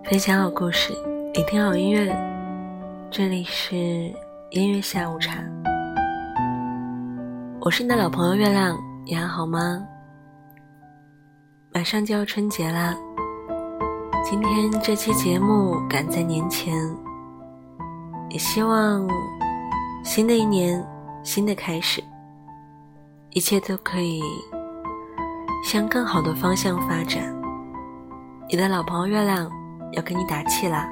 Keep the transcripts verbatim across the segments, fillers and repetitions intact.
分享好故事，聆听好音乐，这里是音乐下午茶。我是你的老朋友月亮，你还好吗？马上就要春节啦，今天这期节目赶在年前，也希望新的一年新的开始，一切都可以向更好的方向发展。你的老朋友月亮要跟你打气啦。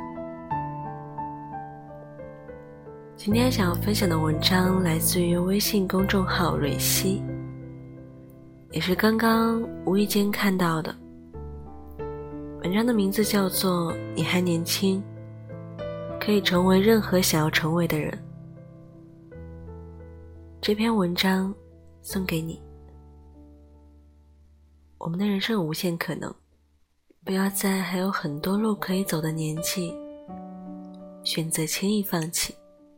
今天想要分享的文章来自于微信公众号蕊希，也是刚刚无意间看到的。文章的名字叫做你还年轻，可以成为任何想要成为的人。这篇文章送给你。我们的人生有无限可能，不要在还有很多路可以走的年纪选择轻易放弃。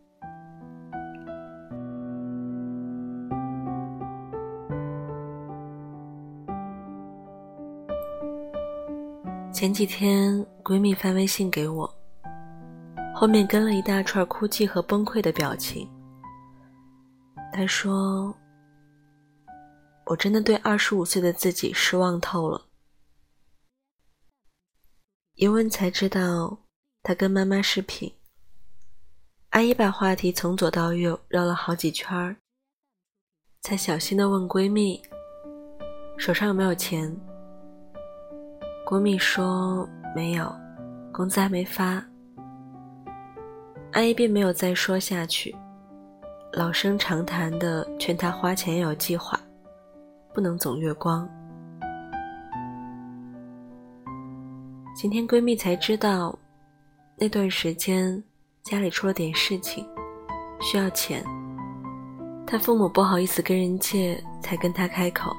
前几天闺蜜发微信给我，后面跟了一大串哭泣和崩溃的表情。她说，我真的对二十五岁的自己失望透了。一问才知道，她跟妈妈视频，阿姨把话题从左到右绕了好几圈，才小心地问闺蜜手上有没有钱。闺蜜说没有，工资还没发。阿姨并没有再说下去，老生常谈地劝她花钱要有计划，不能总月光。今天闺蜜才知道，那段时间家里出了点事情，需要钱，她父母不好意思跟人借，才跟她开口。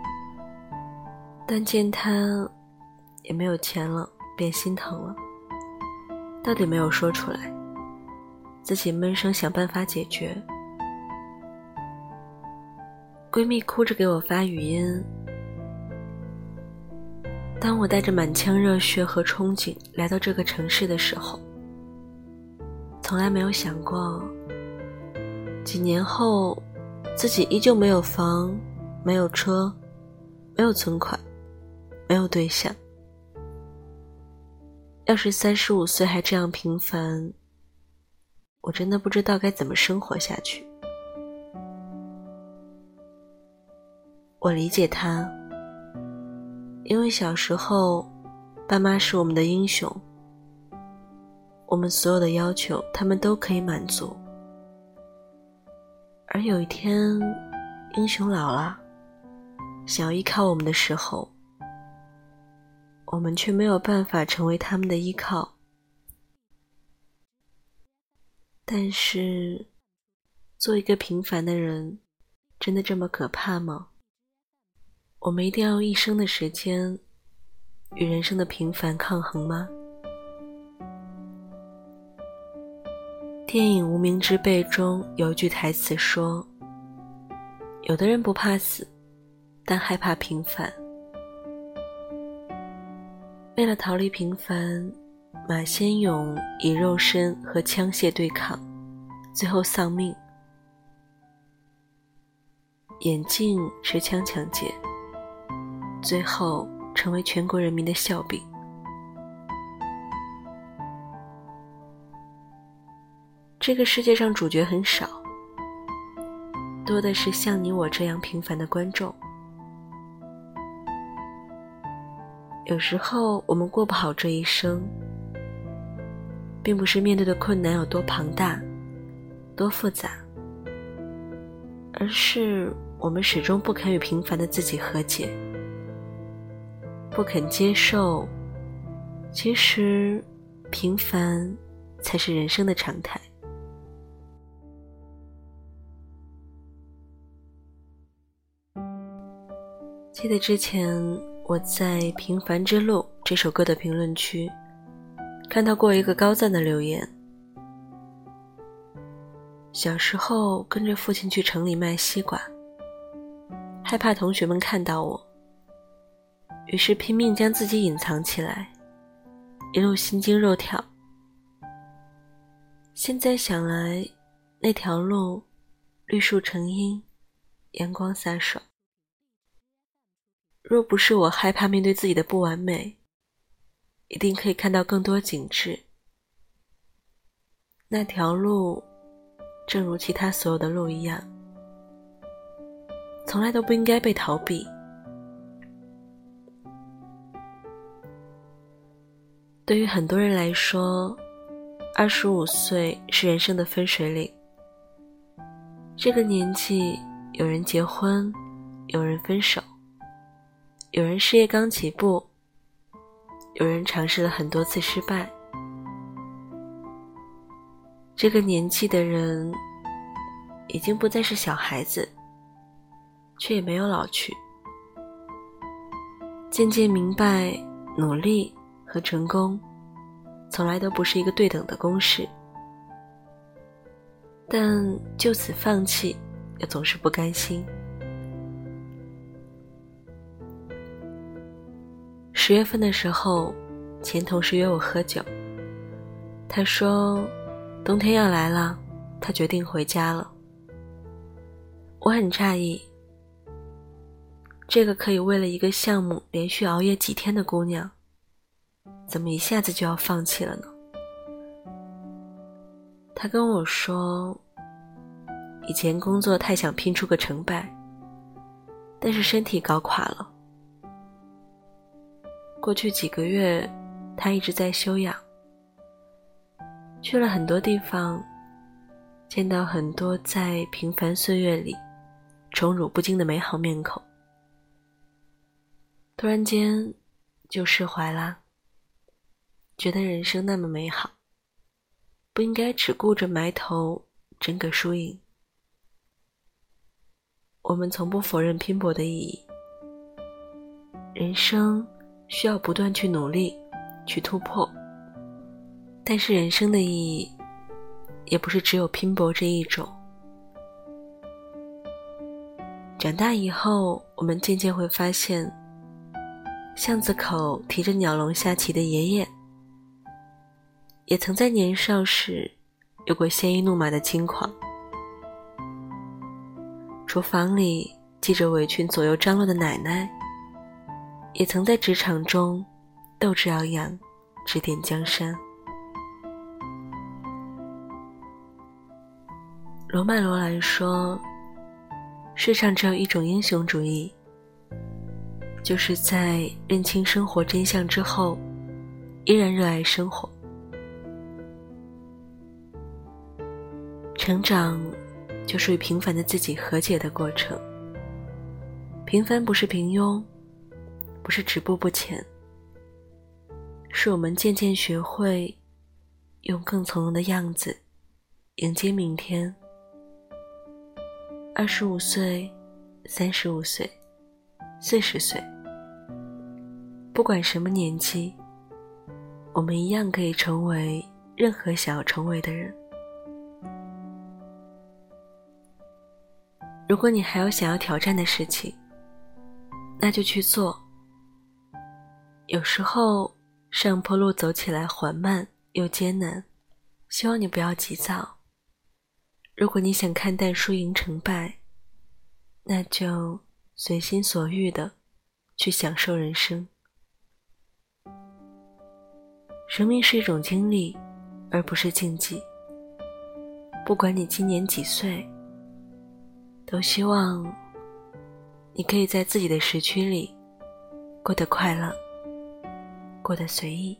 但见她也没有钱了，便心疼了，到底没有说出来，自己闷声想办法解决。闺蜜哭着给我发语音，当我带着满腔热血和憧憬来到这个城市的时候，从来没有想过几年后自己依旧没有房，没有车，没有存款，没有对象。要是三十五岁还这样平凡，我真的不知道该怎么生活下去。我理解他，因为小时候爸妈是我们的英雄，我们所有的要求他们都可以满足，而有一天英雄老了，想要依靠我们的时候，我们却没有办法成为他们的依靠。但是做一个平凡的人真的这么可怕吗？我们一定要用一生的时间与人生的平凡抗衡吗？电影《无名之辈》中有一句台词说，有的人不怕死，但害怕平凡。为了逃离平凡，马先勇以肉身和枪械对抗，最后丧命。眼镜持枪抢劫，最后成为全国人民的笑柄。这个世界上主角很少，多的是像你我这样平凡的观众。有时候我们过不好这一生，并不是面对的困难有多庞大多复杂，而是我们始终不肯与平凡的自己和解，不肯接受其实平凡才是人生的常态。记得之前我在《平凡之路》这首歌的评论区看到过一个高赞的留言，小时候跟着父亲去城里卖西瓜，害怕同学们看到我，于是拼命将自己隐藏起来， 一路心惊肉跳。现在想来，那条路绿树成荫，阳光洒爽。若不是我害怕面对自己的不完美，一定可以看到更多景致。那条路正如其他所有的路一样，从来都不应该被逃避。对于很多人来说，二十五岁是人生的分水岭。这个年纪，有人结婚，有人分手，有人事业刚起步，有人尝试了很多次失败。这个年纪的人已经不再是小孩子，却也没有老去。渐渐明白，努力和成功从来都不是一个对等的公式，但就此放弃又总是不甘心。十月份的时候，前同事约我喝酒，他说冬天要来了，他决定回家了。我很诧异，这个可以为了一个项目连续熬夜几天的姑娘，怎么一下子就要放弃了呢？他跟我说，以前工作太想拼出个成败，但是身体搞垮了。过去几个月，他一直在休养，去了很多地方，见到很多在平凡岁月里宠辱不惊的美好面孔，突然间就释怀啦，觉得人生那么美好，不应该只顾着埋头争个输赢。我们从不否认拼搏的意义，人生需要不断去努力，去突破，但是人生的意义也不是只有拼搏这一种。长大以后，我们渐渐会发现，巷子口提着鸟笼下棋的爷爷，也曾在年少时有过鲜衣怒马的轻狂。厨房里系着围裙左右张罗的奶奶，也曾在职场中斗志昂扬，指点江山。罗曼·罗兰说，世上只有一种英雄主义，就是在认清生活真相之后，依然热爱生活。成长就是与平凡的自己和解的过程。平凡不是平庸，不是止步不前，是我们渐渐学会用更从容的样子迎接明天。二十五岁、三十五岁、四十岁，不管什么年纪，我们一样可以成为任何想要成为的人。如果你还有想要挑战的事情，那就去做。有时候上坡路走起来缓慢又艰难，希望你不要急躁。如果你想看淡输赢成败，那就随心所欲的去享受人生。生命是一种经历，而不是竞技。不管你今年几岁，都希望你可以在自己的时区里过得快乐，过得随意。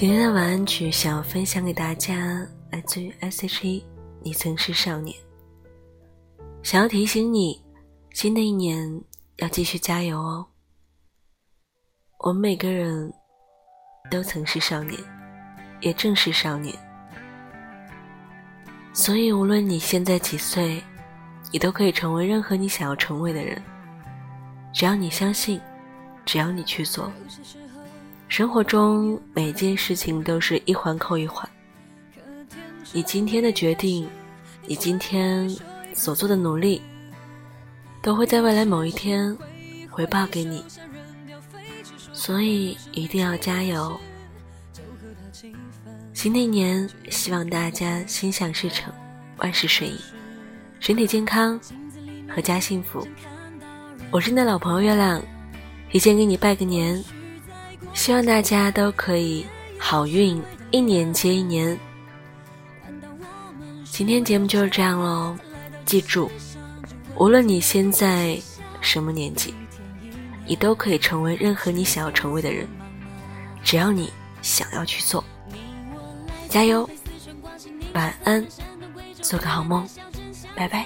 今天的晚安曲想要分享给大家，来自于 S H E 你曾是少年。想要提醒你，新的一年要继续加油哦。我们每个人都曾是少年，也正是少年，所以无论你现在几岁，你都可以成为任何你想要成为的人。只要你相信，只要你去做。生活中每一件事情都是一环扣一环，你今天的决定，你今天所做的努力，都会在未来某一天回报给你，所以一定要加油。新的一年，希望大家心想事成，万事顺意，身体健康，阖家幸福。我是你的老朋友月亮，提前给你拜个年，希望大家都可以好运，一年接一年。今天节目就是这样咯，记住，无论你现在什么年纪，你都可以成为任何你想要成为的人，只要你想要去做。加油，晚安，做个好梦，拜拜。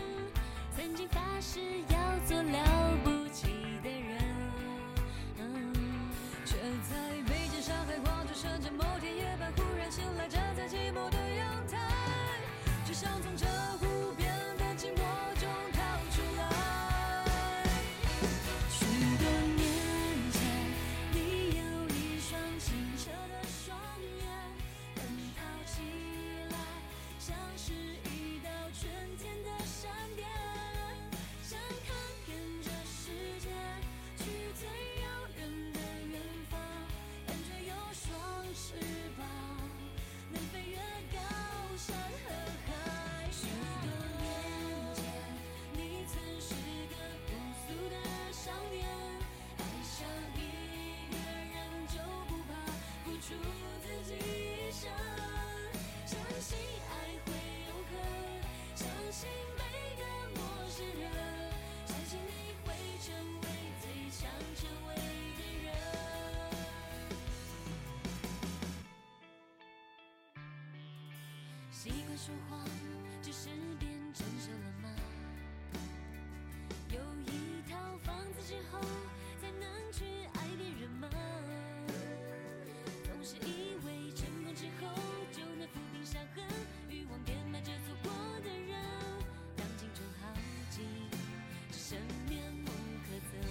习惯说谎，只是变成熟了吗？有一套房子之后，才能去爱别人吗？总是以为成功之后就能抚平伤痕，欲望变卖着错过的人，当青春耗尽，只剩面目可憎。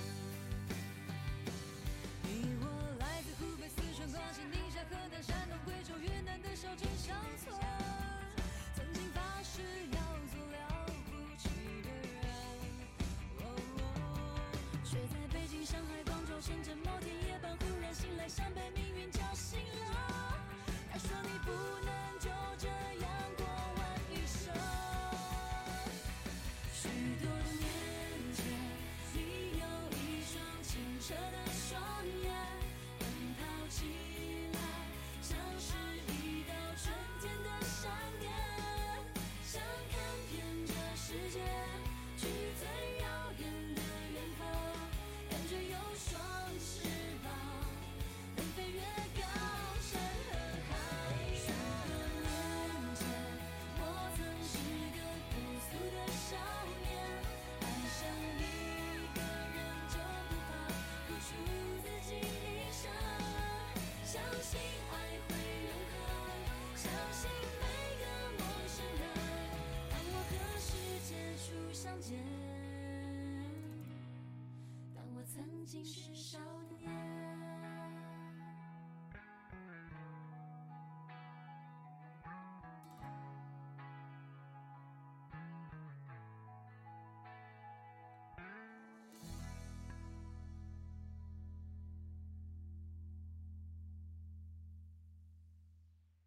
你我来自湖北、四川、广西、宁夏、河南、山东、贵州、云南的小镇乡村。深圳某天夜半忽然醒来，像被命运叫醒了。他说你不能就这样过完一生。许多年前，你有一双清澈的双眼，奔跑起来像是一道春天的闪电，想看遍这世界，去最遥远的远方，感觉有双翅膀，能飞越高山和海。许多年前，我曾是个朴素的少年，爱上一个人就不怕付出自己一生，相信爱会永恒，相信每个陌生人，当我和世界初相见，当我曾经是少年。